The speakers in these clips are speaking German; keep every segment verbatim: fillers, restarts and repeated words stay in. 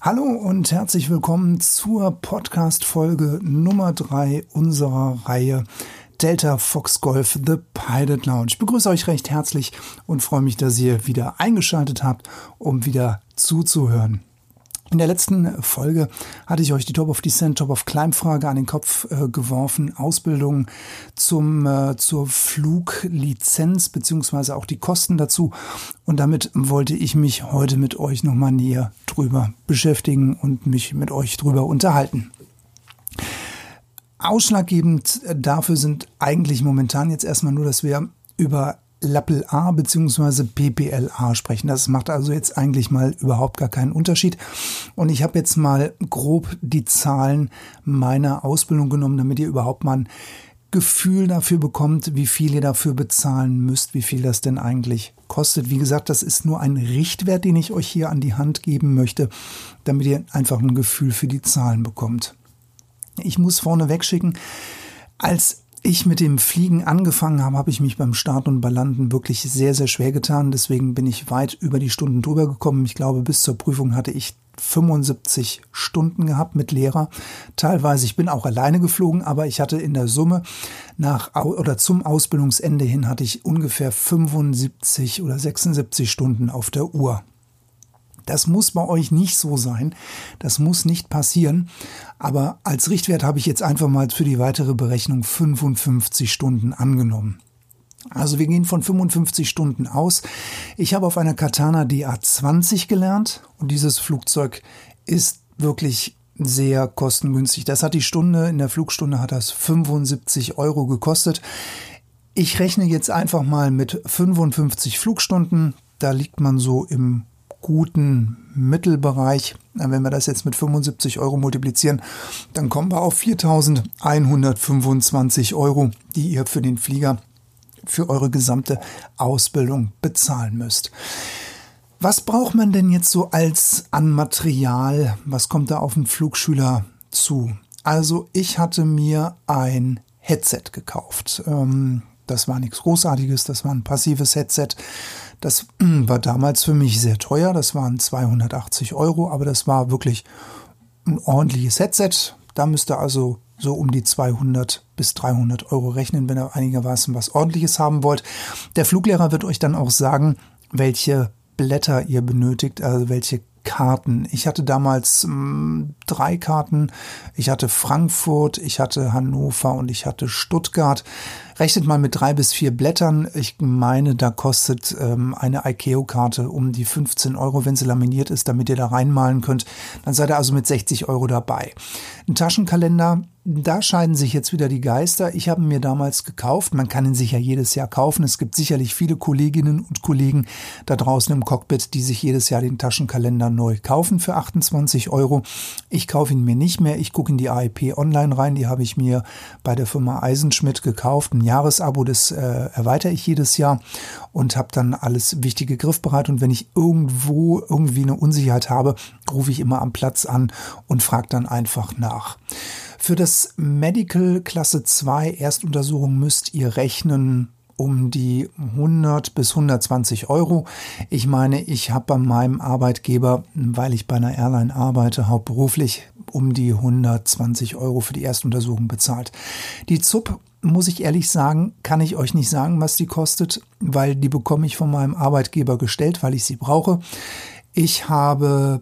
Hallo und herzlich willkommen zur Podcast-Folge Nummer drei unserer Reihe Delta Fox Golf The Pilot Lounge. Ich begrüße euch recht herzlich und freue mich, dass ihr wieder eingeschaltet habt, um wieder zuzuhören. In der letzten Folge hatte ich euch die Top of Descent, Top of Climb Frage an den Kopf äh, geworfen. Ausbildung zum, äh, zur Fluglizenz beziehungsweise auch die Kosten dazu. Und damit wollte ich mich heute mit euch nochmal näher drüber beschäftigen und mich mit euch drüber unterhalten. Ausschlaggebend dafür sind eigentlich momentan jetzt erstmal nur, dass wir über L A P L A bzw. P P L A sprechen. Das macht also jetzt eigentlich mal überhaupt gar keinen Unterschied. Und ich habe jetzt mal grob die Zahlen meiner Ausbildung genommen, damit ihr überhaupt mal ein Gefühl dafür bekommt, wie viel ihr dafür bezahlen müsst, wie viel das denn eigentlich kostet. Wie gesagt, das ist nur ein Richtwert, den ich euch hier an die Hand geben möchte, damit ihr einfach ein Gefühl für die Zahlen bekommt. Ich muss vorneweg schicken, als ich mit dem Fliegen angefangen habe, habe ich mich beim Starten und beim Landen wirklich sehr, sehr schwer getan. Deswegen bin ich weit über die Stunden drüber gekommen. Ich glaube, bis zur Prüfung hatte ich fünfundsiebzig Stunden gehabt mit Lehrer. Teilweise, ich bin auch alleine geflogen, aber ich hatte in der Summe nach oder zum Ausbildungsende hin hatte ich ungefähr fünfundsiebzig oder sechsundsiebzig Stunden auf der Uhr. Das muss bei euch nicht so sein, das muss nicht passieren, aber als Richtwert habe ich jetzt einfach mal für die weitere Berechnung fünfundfünfzig Stunden angenommen. Also wir gehen von fünfundfünfzig Stunden aus. Ich habe auf einer Katana D A zwanzig gelernt und dieses Flugzeug ist wirklich sehr kostengünstig. Das hat die Stunde, in der Flugstunde hat das fünfundsiebzig Euro gekostet. Ich rechne jetzt einfach mal mit fünfundfünfzig Flugstunden, da liegt man so im guten Mittelbereich. Wenn wir das jetzt mit fünfundsiebzig Euro multiplizieren, dann kommen wir auf viertausendeinhundertfünfundzwanzig Euro, die ihr für den Flieger, für eure gesamte Ausbildung bezahlen müsst. Was braucht man denn jetzt so als an Material? Was kommt da auf den Flugschüler zu? Also ich hatte mir ein Headset gekauft. Das war nichts Großartiges, das war ein passives Headset. Das war damals für mich sehr teuer, das waren zweihundertachtzig Euro, aber das war wirklich ein ordentliches Headset. Da müsst ihr also so um die zweihundert bis dreihundert Euro rechnen, wenn ihr einigermaßen was Ordentliches haben wollt. Der Fluglehrer wird euch dann auch sagen, welche Blätter ihr benötigt, also welche Karten. Ich hatte damals mh, drei Karten. Ich hatte Frankfurt, ich hatte Hannover und ich hatte Stuttgart. Rechnet mal mit drei bis vier Blättern. Ich meine, da kostet ähm, eine I C A O-Karte um die fünfzehn Euro, wenn sie laminiert ist, damit ihr da reinmalen könnt. Dann seid ihr also mit sechzig Euro dabei. Ein Taschenkalender, da scheiden sich jetzt wieder die Geister. Ich habe ihn mir damals gekauft. Man kann ihn sich ja jedes Jahr kaufen. Es gibt sicherlich viele Kolleginnen und Kollegen da draußen im Cockpit, die sich jedes Jahr den Taschenkalender neu kaufen für achtundzwanzig Euro. Ich kaufe ihn mir nicht mehr. Ich gucke in die A I P online rein. Die habe ich mir bei der Firma Eisenschmidt gekauft. Ein Jahresabo, das äh, erweitere ich jedes Jahr und habe dann alles Wichtige griffbereit. Und wenn ich irgendwo irgendwie eine Unsicherheit habe, rufe ich immer am Platz an und frage dann einfach nach. Für das Medical Klasse zwei Erstuntersuchung müsst ihr rechnen um die hundert bis hundertzwanzig Euro. Ich meine, ich habe bei meinem Arbeitgeber, weil ich bei einer Airline arbeite, hauptberuflich um die hundertzwanzig Euro für die Erstuntersuchung bezahlt. Die Z U P, muss ich ehrlich sagen, kann ich euch nicht sagen, was die kostet, weil die bekomme ich von meinem Arbeitgeber gestellt, weil ich sie brauche. Ich habe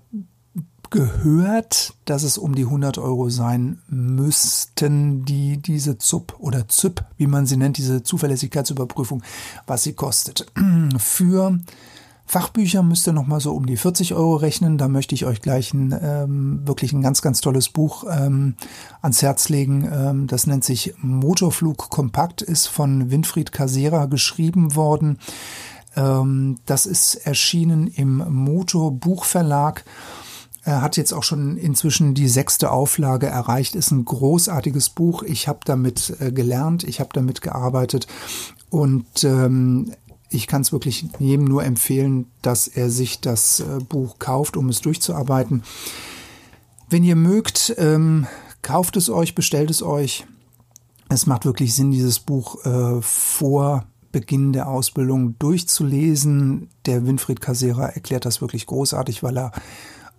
gehört, dass es um die hundert Euro sein müssten, die diese Z U P oder Z U P, wie man sie nennt, diese Zuverlässigkeitsüberprüfung, was sie kostet. Für Fachbücher müsst ihr nochmal so um die vierzig Euro rechnen. Da möchte ich euch gleich ein, ähm, wirklich ein ganz, ganz tolles Buch ähm, ans Herz legen. Ähm, das nennt sich Motorflug Kompakt, ist von Winfried Casera geschrieben worden. Ähm, das ist erschienen im Motor-Buchverlag. Er hat jetzt auch schon inzwischen die sechste Auflage erreicht. Ist ein großartiges Buch. Ich habe damit äh, gelernt, ich habe damit gearbeitet und ähm, ich kann es wirklich jedem nur empfehlen, dass er sich das äh, Buch kauft, um es durchzuarbeiten. Wenn ihr mögt, ähm, kauft es euch, bestellt es euch. Es macht wirklich Sinn, dieses Buch äh, vor Beginn der Ausbildung durchzulesen. Der Winfried Casera erklärt das wirklich großartig, weil er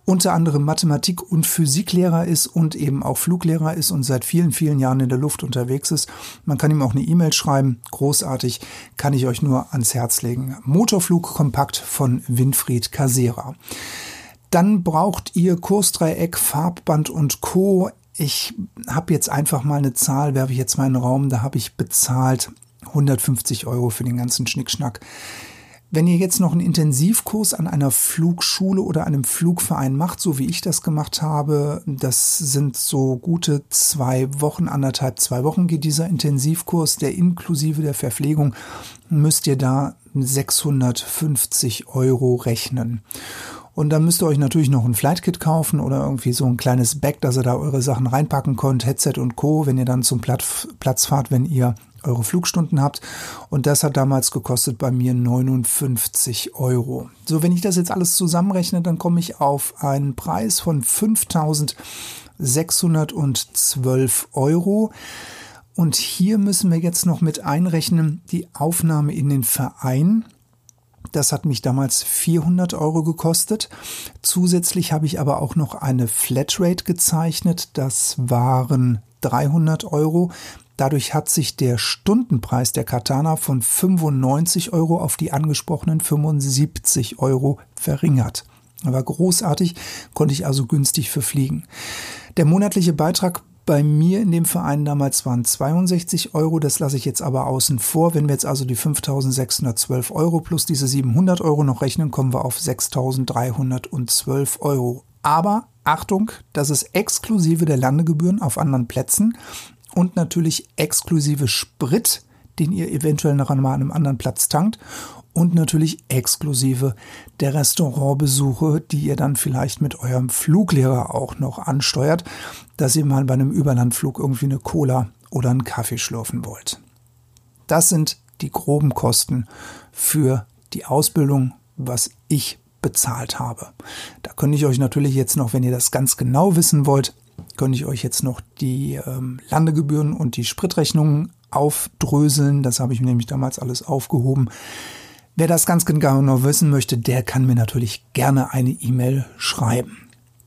unter anderem Mathematik- und Physiklehrer ist und eben auch Fluglehrer ist und seit vielen, vielen Jahren in der Luft unterwegs ist. Man kann ihm auch eine E-Mail schreiben. Großartig, kann ich euch nur ans Herz legen. Motorflug kompakt von Winfried Casera. Dann braucht ihr Kursdreieck, Farbband und Co. Ich habe jetzt einfach mal eine Zahl, werfe ich jetzt mal in den Raum, da habe ich bezahlt hundertfünfzig Euro für den ganzen Schnickschnack. Wenn ihr jetzt noch einen Intensivkurs an einer Flugschule oder einem Flugverein macht, so wie ich das gemacht habe, das sind so gute zwei Wochen, anderthalb, zwei Wochen geht dieser Intensivkurs, der inklusive der Verpflegung, müsst ihr da sechshundertfünfzig Euro rechnen. Und dann müsst ihr euch natürlich noch ein Flightkit kaufen oder irgendwie so ein kleines Bag, dass ihr da eure Sachen reinpacken könnt, Headset und Co., wenn ihr dann zum Platz fahrt, wenn ihr eure Flugstunden habt. Und das hat damals gekostet bei mir neunundfünfzig Euro. So, wenn ich das jetzt alles zusammenrechne, dann komme ich auf einen Preis von fünftausendsechshundertzwölf Euro. Und hier müssen wir jetzt noch mit einrechnen die Aufnahme in den Verein. Das hat mich damals vierhundert Euro gekostet. Zusätzlich habe ich aber auch noch eine Flatrate gezeichnet. Das waren dreihundert Euro. Dadurch hat sich der Stundenpreis der Katana von fünfundneunzig Euro auf die angesprochenen fünfundsiebzig Euro verringert. Aber großartig, konnte ich also günstig für fliegen. Der monatliche Beitrag bei mir in dem Verein damals waren zweiundsechzig Euro, das lasse ich jetzt aber außen vor. Wenn wir jetzt also die fünftausendsechshundertzwölf Euro plus diese siebenhundert Euro noch rechnen, kommen wir auf sechstausenddreihundertzwölf Euro. Aber Achtung, das ist exklusive der Landegebühren auf anderen Plätzen. Und natürlich exklusive Sprit, den ihr eventuell noch an einem anderen Platz tankt. Und natürlich exklusive der Restaurantbesuche, die ihr dann vielleicht mit eurem Fluglehrer auch noch ansteuert, dass ihr mal bei einem Überlandflug irgendwie eine Cola oder einen Kaffee schlürfen wollt. Das sind die groben Kosten für die Ausbildung, was ich bezahlt habe. Da könnte ich euch natürlich jetzt noch, wenn ihr das ganz genau wissen wollt, könnte ich euch jetzt noch die ähm, Landegebühren und die Spritrechnungen aufdröseln. Das habe ich nämlich damals alles aufgehoben. Wer das ganz genau wissen möchte, der kann mir natürlich gerne eine E-Mail schreiben.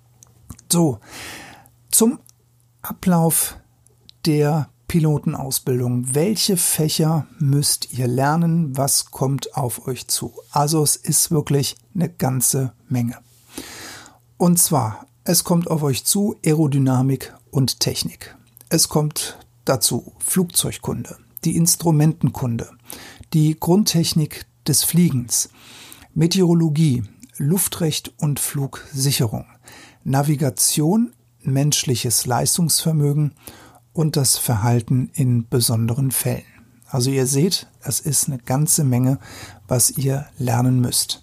So, zum Ablauf der Pilotenausbildung. Welche Fächer müsst ihr lernen? Was kommt auf euch zu? Also es ist wirklich eine ganze Menge. Und zwar, es kommt auf euch zu Aerodynamik und Technik. Es kommt dazu Flugzeugkunde, die Instrumentenkunde, die Grundtechnik des Fliegens, Meteorologie, Luftrecht und Flugsicherung, Navigation, menschliches Leistungsvermögen und das Verhalten in besonderen Fällen. Also ihr seht, es ist eine ganze Menge, was ihr lernen müsst.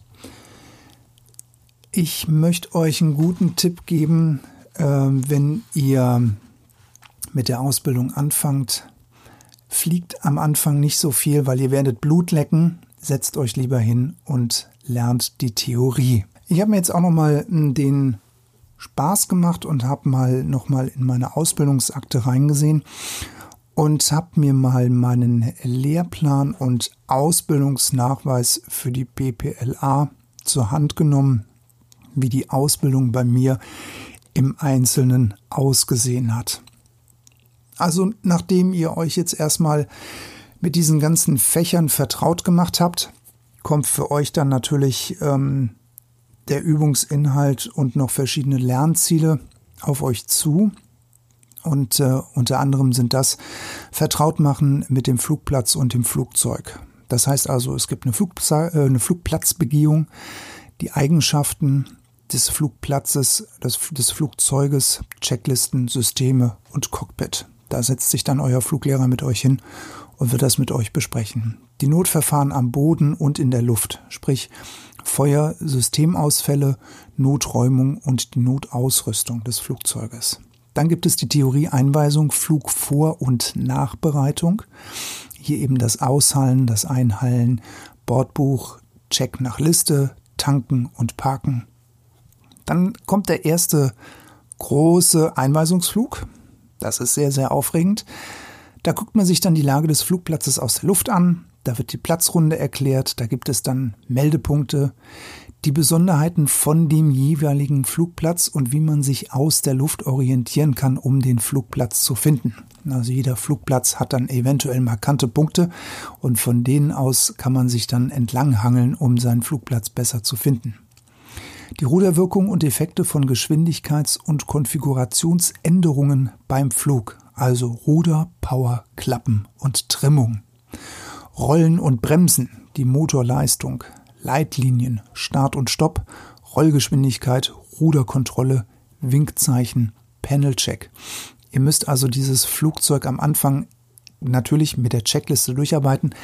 Ich möchte euch einen guten Tipp geben, äh, wenn ihr mit der Ausbildung anfangt. Fliegt am Anfang nicht so viel, weil ihr werdet Blut lecken. Setzt euch lieber hin und lernt die Theorie. Ich habe mir jetzt auch nochmal den Spaß gemacht und habe mal nochmal in meine Ausbildungsakte reingesehen und habe mir mal meinen Lehrplan und Ausbildungsnachweis für die B P L A zur Hand genommen, wie die Ausbildung bei mir im Einzelnen ausgesehen hat. Also nachdem ihr euch jetzt erstmal mit diesen ganzen Fächern vertraut gemacht habt, kommt für euch dann natürlich ähm, der Übungsinhalt und noch verschiedene Lernziele auf euch zu. Und äh, unter anderem sind das vertraut machen mit dem Flugplatz und dem Flugzeug. Das heißt also, es gibt eine, Flugpla- äh, eine Flugplatzbegehung, die Eigenschaften des Flugplatzes, des, des Flugzeuges, Checklisten, Systeme und Cockpit. Da setzt sich dann euer Fluglehrer mit euch hin und wird das mit euch besprechen. Die Notverfahren am Boden und in der Luft, sprich Feuer, Systemausfälle, Noträumung und die Notausrüstung des Flugzeuges. Dann gibt es die Theorieeinweisung, Flugvor- und Nachbereitung. Hier eben das Aushallen, das Einhallen, Bordbuch, Check nach Liste, Tanken und Parken. Dann kommt der erste große Einweisungsflug. Das ist sehr, sehr aufregend. Da guckt man sich dann die Lage des Flugplatzes aus der Luft an. Da wird die Platzrunde erklärt. Da gibt es dann Meldepunkte, Die Besonderheiten von dem jeweiligen Flugplatz und wie man sich aus der Luft orientieren kann, um den Flugplatz zu finden. Also jeder Flugplatz hat dann eventuell markante Punkte und von denen aus kann man sich dann entlanghangeln, um seinen Flugplatz besser zu finden. Die Ruderwirkung und Effekte von Geschwindigkeits- und Konfigurationsänderungen beim Flug, also Ruder, Power, Klappen und Trimmung. Rollen und Bremsen, die Motorleistung, Leitlinien, Start und Stopp, Rollgeschwindigkeit, Ruderkontrolle, Winkzeichen, Panelcheck. Ihr müsst also dieses Flugzeug am Anfang natürlich mit der Checkliste durcharbeiten,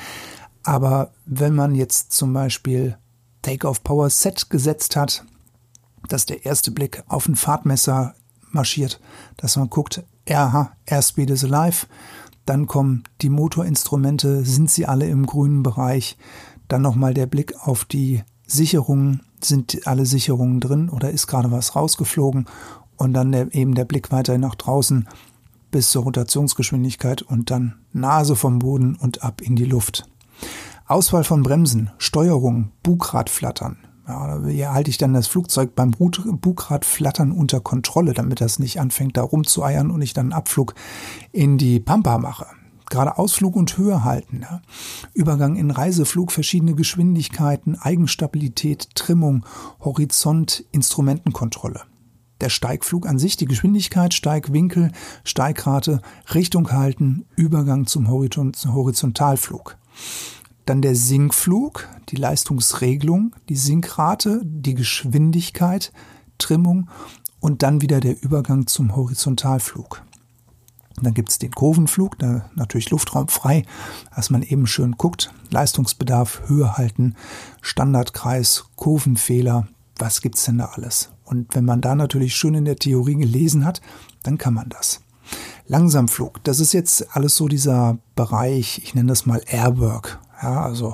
aber wenn man jetzt zum Beispiel Take-off Power Set gesetzt hat, dass der erste Blick auf ein Fahrtmesser marschiert, dass man guckt, aha, Airspeed is alive, dann kommen die Motorinstrumente, sind sie alle im grünen Bereich, dann nochmal der Blick auf die Sicherungen, sind alle Sicherungen drin oder ist gerade was rausgeflogen und dann der, eben der Blick weiterhin nach draußen bis zur Rotationsgeschwindigkeit und dann Nase vom Boden und ab in die Luft. Auswahl von Bremsen, Steuerung, Bugradflattern. Ja, wie halte ich dann das Flugzeug beim Bugradflattern unter Kontrolle, damit das nicht anfängt da rumzueiern und ich dann einen Abflug in die Pampa mache. Gerade Ausflug und Höhe halten. Ja. Übergang in Reiseflug, verschiedene Geschwindigkeiten, Eigenstabilität, Trimmung, Horizont, Instrumentenkontrolle. Der Steigflug an sich, die Geschwindigkeit, Steigwinkel, Steigrate, Richtung halten, Übergang zum Horizontalflug. Dann der Sinkflug, die Leistungsregelung, die Sinkrate, die Geschwindigkeit, Trimmung und dann wieder der Übergang zum Horizontalflug. Dann gibt es den Kurvenflug, da natürlich luftraumfrei, dass man eben schön guckt, Leistungsbedarf, Höhe halten, Standardkreis, Kurvenfehler, was gibt's denn da alles? Und wenn man da natürlich schön in der Theorie gelesen hat, dann kann man das. Langsamflug, das ist jetzt alles so dieser Bereich, ich nenne das mal Airwork, ja, also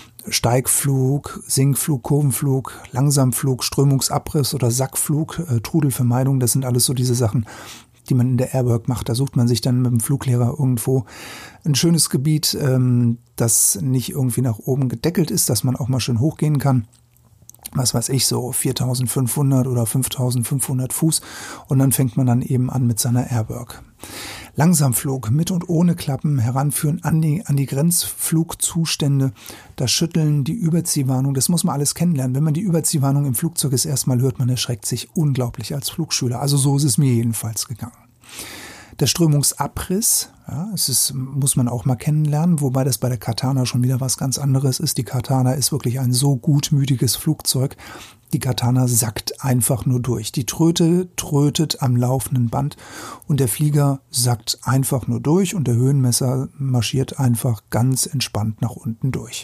Steigflug, Sinkflug, Kurvenflug, Langsamflug, Strömungsabriss oder Sackflug, äh, Trudelvermeidung, das sind alles so diese Sachen, die man in der Airwork macht. Da sucht man sich dann mit dem Fluglehrer irgendwo ein schönes Gebiet, ähm, das nicht irgendwie nach oben gedeckelt ist, dass man auch mal schön hochgehen kann. Was weiß ich, so viertausendfünfhundert oder fünftausendfünfhundert Fuß und dann fängt man dann eben an mit seiner Airwork. Langsamflug mit und ohne Klappen heranführen an die, an die Grenzflugzustände, das Schütteln, die Überziehwarnung, das muss man alles kennenlernen. Wenn man die Überziehwarnung im Flugzeug das erste Mal hört, man erschreckt sich unglaublich als Flugschüler. Also so ist es mir jedenfalls gegangen. Der Strömungsabriss, ja, es ist, muss man auch mal kennenlernen, wobei das bei der Katana schon wieder was ganz anderes ist. Die Katana ist wirklich ein so gutmütiges Flugzeug. Die Katana sackt einfach nur durch. Die Tröte trötet am laufenden Band und der Flieger sackt einfach nur durch und der Höhenmesser marschiert einfach ganz entspannt nach unten durch.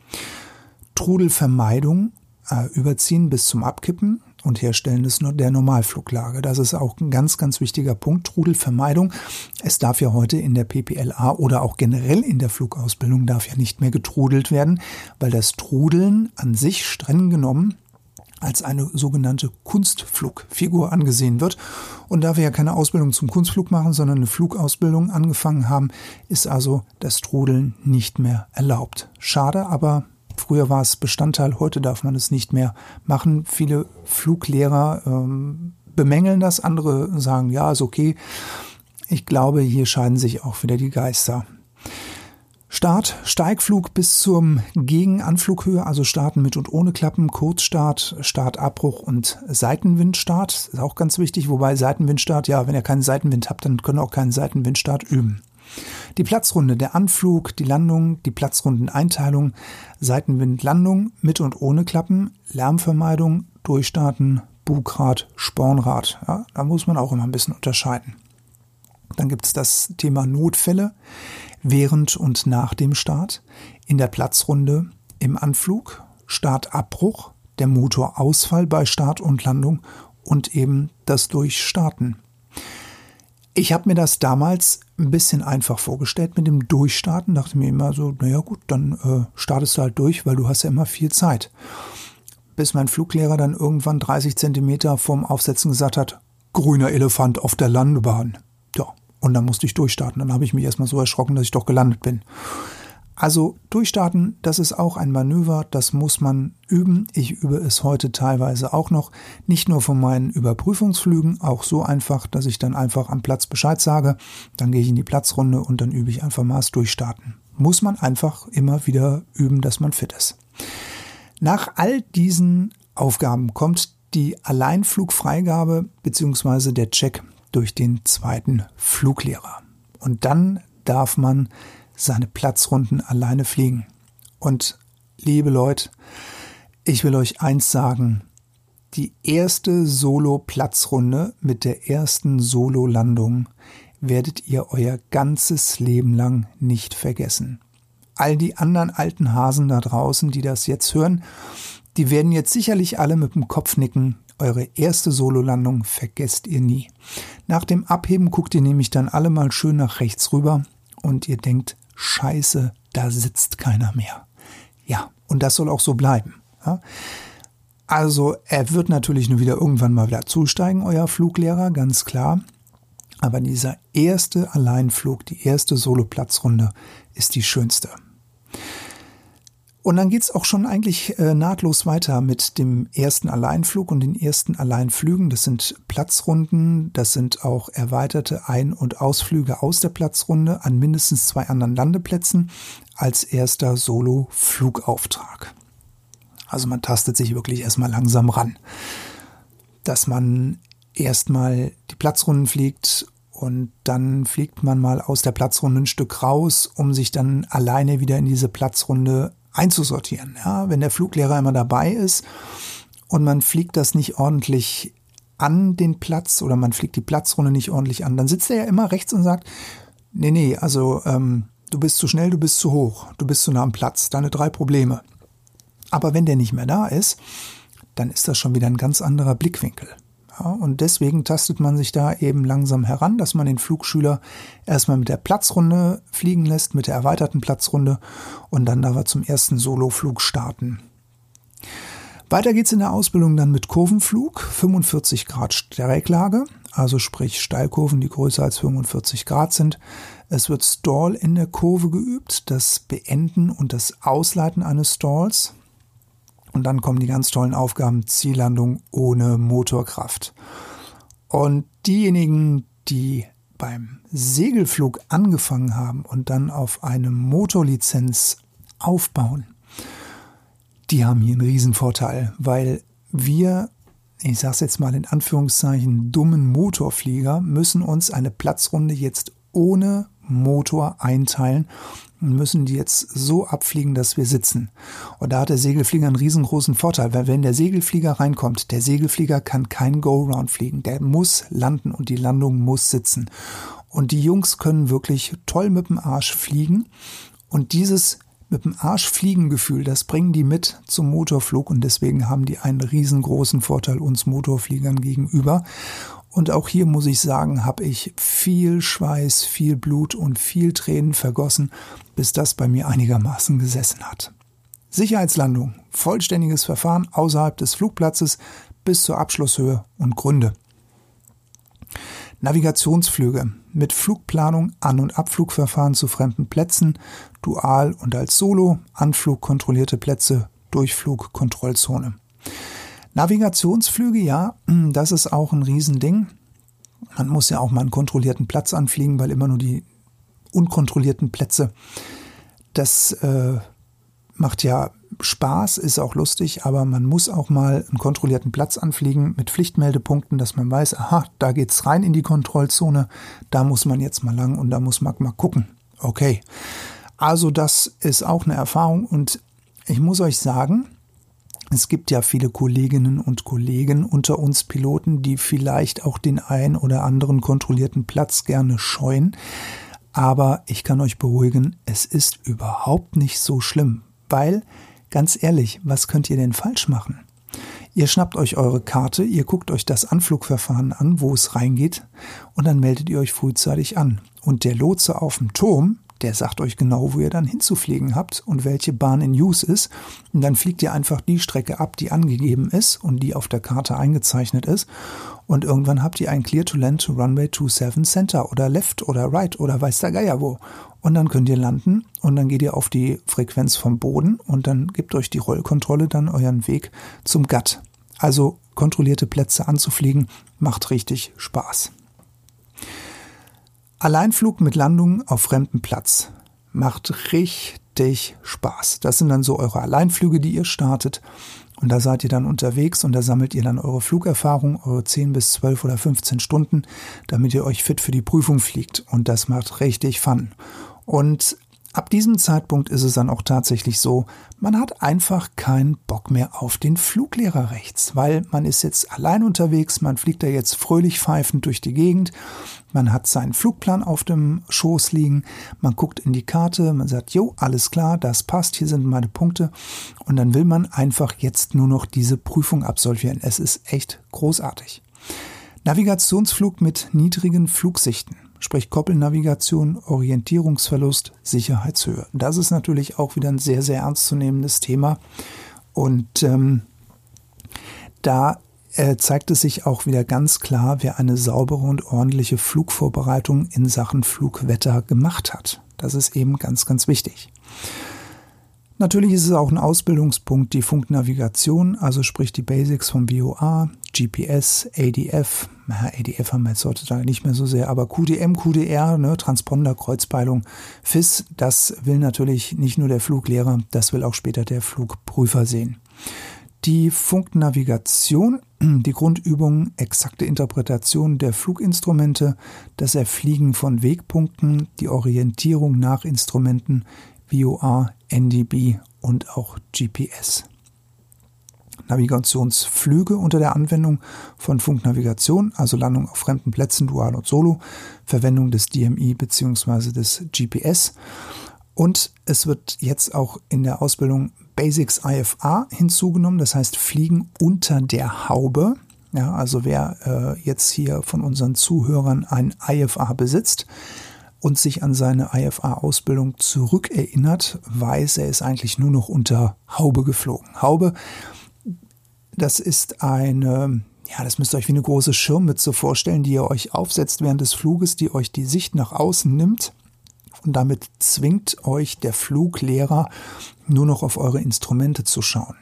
Trudelvermeidung, äh, überziehen bis zum Abkippen und Herstellen des, der Normalfluglage. Das ist auch ein ganz, ganz wichtiger Punkt. Trudelvermeidung. Es darf ja heute in der P P L A oder auch generell in der Flugausbildung darf ja nicht mehr getrudelt werden, weil das Trudeln an sich streng genommen als eine sogenannte Kunstflugfigur angesehen wird. Und da wir ja keine Ausbildung zum Kunstflug machen, sondern eine Flugausbildung angefangen haben, ist also das Trudeln nicht mehr erlaubt. Schade, aber früher war es Bestandteil, heute darf man es nicht mehr machen. Viele Fluglehrer ähm, bemängeln das, andere sagen, ja, ist okay. Ich glaube, hier scheiden sich auch wieder die Geister. Start, Steigflug bis zum Gegenanflughöhe, also starten mit und ohne Klappen, Kurzstart, Startabbruch und Seitenwindstart, ist auch ganz wichtig, wobei Seitenwindstart, ja, wenn ihr keinen Seitenwind habt, dann könnt ihr auch keinen Seitenwindstart üben. Die Platzrunde, der Anflug, die Landung, die Platzrundeneinteilung, Seitenwindlandung mit und ohne Klappen, Lärmvermeidung, Durchstarten, Bugrad, Spornrad, ja, da muss man auch immer ein bisschen unterscheiden. Dann gibt es das Thema Notfälle während und nach dem Start, in der Platzrunde, im Anflug, Startabbruch, der Motorausfall bei Start und Landung und eben das Durchstarten. Ich habe mir das damals ein bisschen einfach vorgestellt mit dem Durchstarten, dachte mir immer so, naja gut, dann äh, startest du halt durch, weil du hast ja immer viel Zeit. Bis mein Fluglehrer dann irgendwann dreißig Zentimeter vorm Aufsetzen gesagt hat, grüner Elefant auf der Landebahn. Ja, und dann musste ich durchstarten. Dann habe ich mich erstmal so erschrocken, dass ich doch gelandet bin. Also durchstarten, das ist auch ein Manöver, das muss man üben. Ich übe es heute teilweise auch noch, nicht nur von meinen Überprüfungsflügen, auch so einfach, dass ich dann einfach am Platz Bescheid sage, dann gehe ich in die Platzrunde und dann übe ich einfach mal das Durchstarten. Muss man einfach immer wieder üben, dass man fit ist. Nach all diesen Aufgaben kommt die Alleinflugfreigabe bzw. der Check durch den zweiten Fluglehrer. Und dann darf man seine Platzrunden alleine fliegen. Und liebe Leute, ich will euch eins sagen, die erste Solo-Platzrunde mit der ersten Solo-Landung werdet ihr euer ganzes Leben lang nicht vergessen. All die anderen alten Hasen da draußen, die das jetzt hören, die werden jetzt sicherlich alle mit dem Kopf nicken. Eure erste Solo-Landung vergesst ihr nie. Nach dem Abheben guckt ihr nämlich dann alle mal schön nach rechts rüber und ihr denkt, Scheiße, da sitzt keiner mehr. Ja, und das soll auch so bleiben. Ja? Also er wird natürlich nur wieder irgendwann mal wieder zusteigen, euer Fluglehrer, ganz klar. Aber dieser erste Alleinflug, die erste Solo-Platzrunde ist die schönste. Und dann geht's auch schon eigentlich äh, nahtlos weiter mit dem ersten Alleinflug und den ersten Alleinflügen. Das sind Platzrunden, das sind auch erweiterte Ein- und Ausflüge aus der Platzrunde an mindestens zwei anderen Landeplätzen als erster Solo-Flugauftrag. Also man tastet sich wirklich erstmal langsam ran, dass man erstmal die Platzrunden fliegt und dann fliegt man mal aus der Platzrunde ein Stück raus, um sich dann alleine wieder in diese Platzrunde einzusortieren. Ja, wenn der Fluglehrer immer dabei ist und man fliegt das nicht ordentlich an den Platz oder man fliegt die Platzrunde nicht ordentlich an, dann sitzt er ja immer rechts und sagt, nee, nee, also ähm, du bist zu schnell, du bist zu hoch, du bist zu nah am Platz, deine drei Probleme. Aber wenn der nicht mehr da ist, dann ist das schon wieder ein ganz anderer Blickwinkel. Ja, und deswegen tastet man sich da eben langsam heran, dass man den Flugschüler erstmal mit der Platzrunde fliegen lässt, mit der erweiterten Platzrunde und dann darf er zum ersten Soloflug starten. Weiter geht's in der Ausbildung dann mit Kurvenflug, fünfundvierzig Grad Strecklage, also sprich Steilkurven, die größer als fünfundvierzig Grad sind. Es wird Stall in der Kurve geübt, das Beenden und das Ausleiten eines Stalls. Und dann kommen die ganz tollen Aufgaben Ziellandung ohne Motorkraft. Und diejenigen, die beim Segelflug angefangen haben und dann auf eine Motorlizenz aufbauen, die haben hier einen Riesenvorteil, weil wir, ich sage es jetzt mal in Anführungszeichen, dummen Motorflieger müssen uns eine Platzrunde jetzt ohne Motor einteilen und müssen die jetzt so abfliegen, dass wir sitzen. Und da hat der Segelflieger einen riesengroßen Vorteil, weil wenn der Segelflieger reinkommt, der Segelflieger kann kein Go-Round fliegen, der muss landen und die Landung muss sitzen. Und die Jungs können wirklich toll mit dem Arsch fliegen und dieses mit dem Arsch fliegen Gefühl, das bringen die mit zum Motorflug und deswegen haben die einen riesengroßen Vorteil uns Motorfliegern gegenüber. Und auch hier muss ich sagen, habe ich viel Schweiß, viel Blut und viel Tränen vergossen, bis das bei mir einigermaßen gesessen hat. Sicherheitslandung, vollständiges Verfahren außerhalb des Flugplatzes bis zur Abschlusshöhe und Gründe. Navigationsflüge mit Flugplanung, An- und Abflugverfahren zu fremden Plätzen, dual und als Solo, Anflug kontrollierte Plätze, Durchflug, Kontrollzone. Navigationsflüge, ja, das ist auch ein Riesending. Man muss ja auch mal einen kontrollierten Platz anfliegen, weil immer nur die unkontrollierten Plätze, das äh, macht ja Spaß, ist auch lustig, aber man muss auch mal einen kontrollierten Platz anfliegen mit Pflichtmeldepunkten, dass man weiß, aha, da geht's rein in die Kontrollzone, da muss man jetzt mal lang und da muss man mal gucken. Okay, also das ist auch eine Erfahrung und ich muss euch sagen, es gibt ja viele Kolleginnen und Kollegen unter uns Piloten, die vielleicht auch den ein oder anderen kontrollierten Platz gerne scheuen. Aber ich kann euch beruhigen, es ist überhaupt nicht so schlimm. Weil, ganz ehrlich, was könnt ihr denn falsch machen? Ihr schnappt euch eure Karte, ihr guckt euch das Anflugverfahren an, wo es reingeht und dann meldet ihr euch frühzeitig an. Und der Lotse auf dem Turm, der sagt euch genau, wo ihr dann hinzufliegen habt und welche Bahn in Use ist. Und dann fliegt ihr einfach die Strecke ab, die angegeben ist und die auf der Karte eingezeichnet ist. Und irgendwann habt ihr ein Clear to Land to Runway two seven Center oder Left oder Right oder weiß der Geier wo. Und dann könnt ihr landen und dann geht ihr auf die Frequenz vom Boden und dann gibt euch die Rollkontrolle dann euren Weg zum G A T. Also kontrollierte Plätze anzufliegen, macht richtig Spaß. Alleinflug mit Landung auf fremdem Platz macht richtig Spaß. Das sind dann so eure Alleinflüge, die ihr startet. Und da seid ihr dann unterwegs und da sammelt ihr dann eure Flugerfahrung, eure zehn bis zwölf oder fünfzehn Stunden, damit ihr euch fit für die Prüfung fliegt. Und das macht richtig Fun. Und ab diesem Zeitpunkt ist es dann auch tatsächlich so, man hat einfach keinen Bock mehr auf den Fluglehrer rechts, weil man ist jetzt allein unterwegs, man fliegt da jetzt fröhlich pfeifend durch die Gegend, man hat seinen Flugplan auf dem Schoß liegen, man guckt in die Karte, man sagt, jo, alles klar, das passt, hier sind meine Punkte und dann will man einfach jetzt nur noch diese Prüfung absolvieren. Es ist echt großartig. Navigationsflug mit niedrigen Flugsichten. Sprich Koppelnavigation, Orientierungsverlust, Sicherheitshöhe. Das ist natürlich auch wieder ein sehr, sehr ernstzunehmendes Thema. Und ähm, da äh, zeigt es sich auch wieder ganz klar, wer eine saubere und ordentliche Flugvorbereitung in Sachen Flugwetter gemacht hat. Das ist eben ganz, ganz wichtig. Natürlich ist es auch ein Ausbildungspunkt, die Funknavigation, also sprich die Basics vom V O A, G P S, A D F, na, A D F haben wir jetzt heutzutage nicht mehr so sehr, aber Q D M, Q D R, ne, Transponder, Kreuzpeilung, F I S, das will natürlich nicht nur der Fluglehrer, das will auch später der Flugprüfer sehen. Die Funknavigation, die Grundübung, exakte Interpretation der Fluginstrumente, das Erfliegen von Wegpunkten, die Orientierung nach Instrumenten, V O A, N D B und auch G P S. Navigationsflüge unter der Anwendung von Funknavigation, also Landung auf fremden Plätzen, dual und solo, Verwendung des D M I bzw. des G P S. Und es wird jetzt auch in der Ausbildung Basics I F A hinzugenommen, das heißt Fliegen unter der Haube. Ja, also wer äh, jetzt hier von unseren Zuhörern ein I F A besitzt und sich an seine I F A-Ausbildung zurückerinnert, weiß, er ist eigentlich nur noch unter Haube geflogen. Haube, das ist eine, ja, das müsst ihr euch wie eine große Schirmmütze vorstellen, die ihr euch aufsetzt während des Fluges, die euch die Sicht nach außen nimmt. Und damit zwingt euch der Fluglehrer nur noch auf eure Instrumente zu schauen.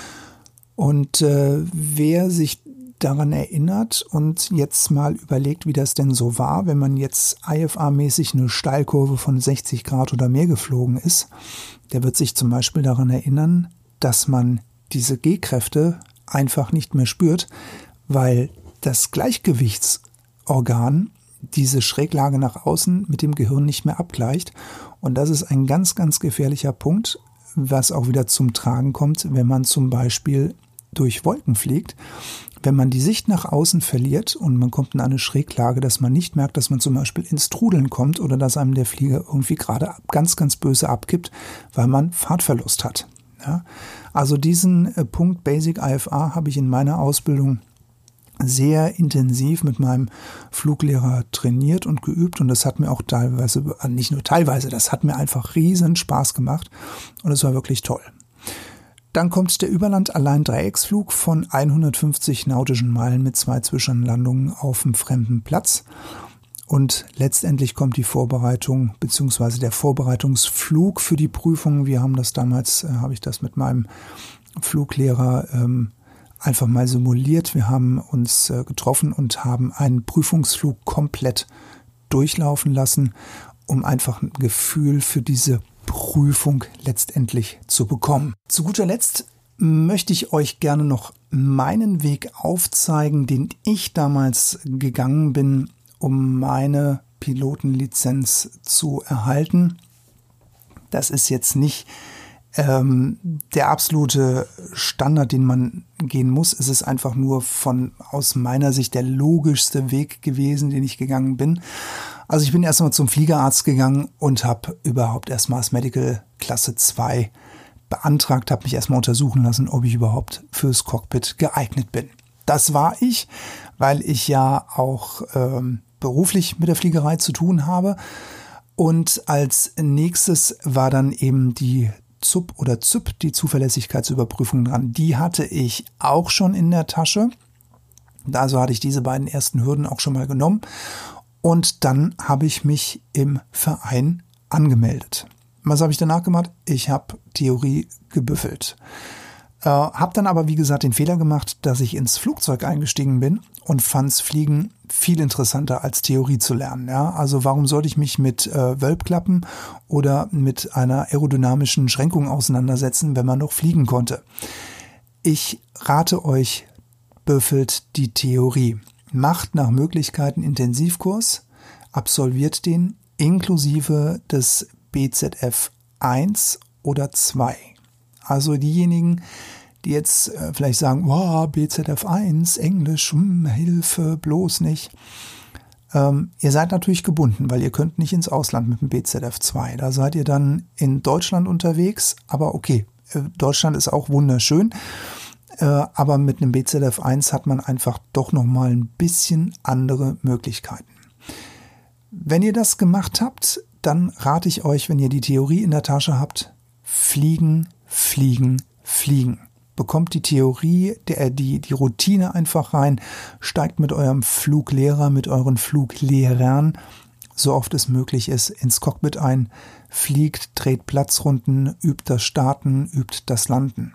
Und äh, wer sich daran erinnert und jetzt mal überlegt, wie das denn so war, wenn man jetzt I F A-mäßig eine Steilkurve von sechzig Grad oder mehr geflogen ist, der wird sich zum Beispiel daran erinnern, dass man diese G-Kräfte einfach nicht mehr spürt, weil das Gleichgewichtsorgan diese Schräglage nach außen mit dem Gehirn nicht mehr abgleicht. Und das ist ein ganz, ganz gefährlicher Punkt, was auch wieder zum Tragen kommt, wenn man zum Beispiel durch Wolken fliegt. Wenn man die Sicht nach außen verliert und man kommt in eine Schräglage, dass man nicht merkt, dass man zum Beispiel ins Trudeln kommt oder dass einem der Flieger irgendwie gerade ganz, ganz böse abkippt, weil man Fahrtverlust hat. Ja? Also diesen äh, Punkt Basic I F A habe ich in meiner Ausbildung sehr intensiv mit meinem Fluglehrer trainiert und geübt und das hat mir auch teilweise, nicht nur teilweise, das hat mir einfach riesen Spaß gemacht und es war wirklich toll. Dann kommt der Überland-Allein-Dreiecksflug von hundertfünfzig nautischen Meilen mit zwei Zwischenlandungen auf dem fremden Platz. Und letztendlich kommt die Vorbereitung bzw. der Vorbereitungsflug für die Prüfung. Wir haben das damals, äh, habe ich das mit meinem Fluglehrer ähm, einfach mal simuliert. Wir haben uns äh, getroffen und haben einen Prüfungsflug komplett durchlaufen lassen, um einfach ein Gefühl für diese Prüfung letztendlich zu bekommen. Zu guter Letzt möchte ich euch gerne noch meinen Weg aufzeigen, den ich damals gegangen bin, um meine Pilotenlizenz zu erhalten. Das ist jetzt nicht ähm, der absolute Standard, den man gehen muss. Es ist einfach nur von aus meiner Sicht der logischste Weg gewesen, den ich gegangen bin. Also ich bin erstmal zum Fliegerarzt gegangen und habe überhaupt erstmal das Medical Klasse zwei beantragt, habe mich erstmal untersuchen lassen, ob ich überhaupt fürs Cockpit geeignet bin. Das war ich, weil ich ja auch ähm, beruflich mit der Fliegerei zu tun habe. Und als nächstes war dann eben die Z U P oder Z U P, die Zuverlässigkeitsüberprüfung dran. Die hatte ich auch schon in der Tasche. Also hatte ich diese beiden ersten Hürden auch schon mal genommen. Und dann habe ich mich im Verein angemeldet. Was habe ich danach gemacht? Ich habe Theorie gebüffelt. Äh, habe dann aber, wie gesagt, den Fehler gemacht, dass ich ins Flugzeug eingestiegen bin und fand's Fliegen viel interessanter als Theorie zu lernen. Ja? Also warum sollte ich mich mit äh, Wölbklappen oder mit einer aerodynamischen Schränkung auseinandersetzen, wenn man noch fliegen konnte? Ich rate euch, büffelt die Theorie. Macht nach Möglichkeiten Intensivkurs, absolviert den inklusive des B Z F eins oder zwei. Also diejenigen, die jetzt äh, vielleicht sagen, wow, B Z F eins, Englisch, hm, Hilfe, bloß nicht. Ähm, ihr seid natürlich gebunden, weil ihr könnt nicht ins Ausland mit dem B Z F zwei. Da seid ihr dann in Deutschland unterwegs, aber okay, äh, Deutschland ist auch wunderschön. Aber mit einem B Z F eins hat man einfach doch nochmal ein bisschen andere Möglichkeiten. Wenn ihr das gemacht habt, dann rate ich euch, wenn ihr die Theorie in der Tasche habt, fliegen, fliegen, fliegen. Bekommt die Theorie, der, die, die Routine einfach rein, steigt mit eurem Fluglehrer, mit euren Fluglehrern, so oft es möglich ist, ins Cockpit ein, fliegt, dreht Platzrunden, übt das Starten, übt das Landen.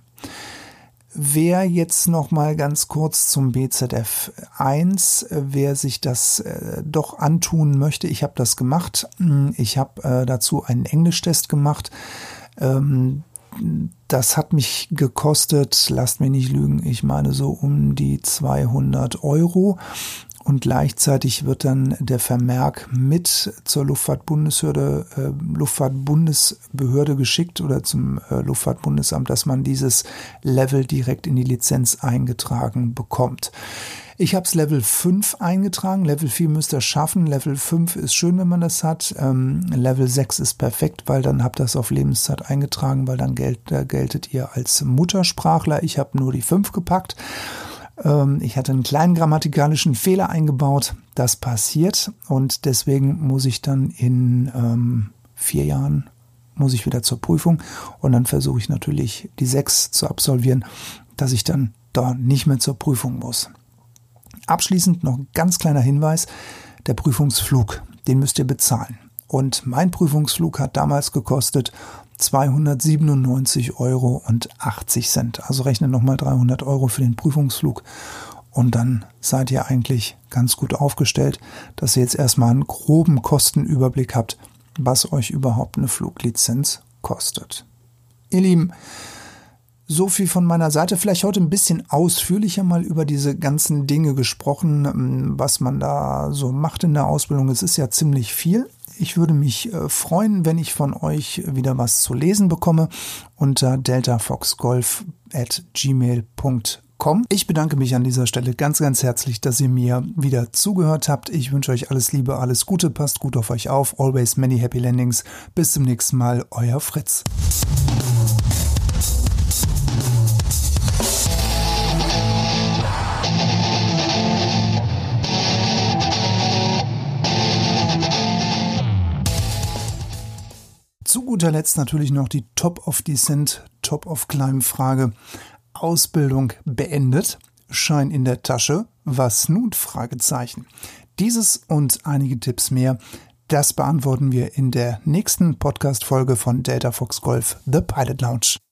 Wer jetzt noch mal ganz kurz zum B Z F eins, wer sich das äh, doch antun möchte, ich habe das gemacht. Ich habe äh, dazu einen Englischtest gemacht. Ähm, das hat mich gekostet, lasst mich nicht lügen, ich meine so um die zweihundert Euro. Und gleichzeitig wird dann der Vermerk mit zur Luftfahrtbundesbehörde, äh, Luftfahrtbundesbehörde geschickt oder zum äh, Luftfahrtbundesamt, dass man dieses Level direkt in die Lizenz eingetragen bekommt. Ich habe es Level fünf eingetragen, Level vier müsst ihr schaffen, Level fünf ist schön, wenn man das hat, ähm, Level sechs ist perfekt, weil dann habt ihr es auf Lebenszeit eingetragen, weil dann gelt, äh, geltet ihr als Muttersprachler. Ich habe nur die fünf gepackt. Ich hatte einen kleinen grammatikalischen Fehler eingebaut, das passiert und deswegen muss ich dann in ähm, vier Jahren muss ich wieder zur Prüfung und dann versuche ich natürlich die sechs zu absolvieren, dass ich dann da nicht mehr zur Prüfung muss. Abschließend noch ein ganz kleiner Hinweis, der Prüfungsflug, den müsst ihr bezahlen und mein Prüfungsflug hat damals gekostet zweihundertsiebenundneunzig Euro und achtzig Cent. Also rechnet nochmal dreihundert Euro für den Prüfungsflug und dann seid ihr eigentlich ganz gut aufgestellt, dass ihr jetzt erstmal einen groben Kostenüberblick habt, was euch überhaupt eine Fluglizenz kostet. Ihr Lieben, so viel von meiner Seite. Vielleicht heute ein bisschen ausführlicher mal über diese ganzen Dinge gesprochen, was man da so macht in der Ausbildung. Es ist ja ziemlich viel. Ich würde mich äh, freuen, wenn ich von euch wieder was zu lesen bekomme unter deltafoxgolf at gmail punkt com. Ich bedanke mich an dieser Stelle ganz, ganz herzlich, dass ihr mir wieder zugehört habt. Ich wünsche euch alles Liebe, alles Gute, passt gut auf euch auf. Always many happy landings. Bis zum nächsten Mal, euer Fritz. Zu guter Letzt natürlich noch die Top of Descent, Top of Climb Frage. Ausbildung beendet, Schein in der Tasche, was nun? Fragezeichen. Dieses und einige Tipps mehr, das beantworten wir in der nächsten Podcast-Folge von Delta Fox Golf, The Pilot Lounge.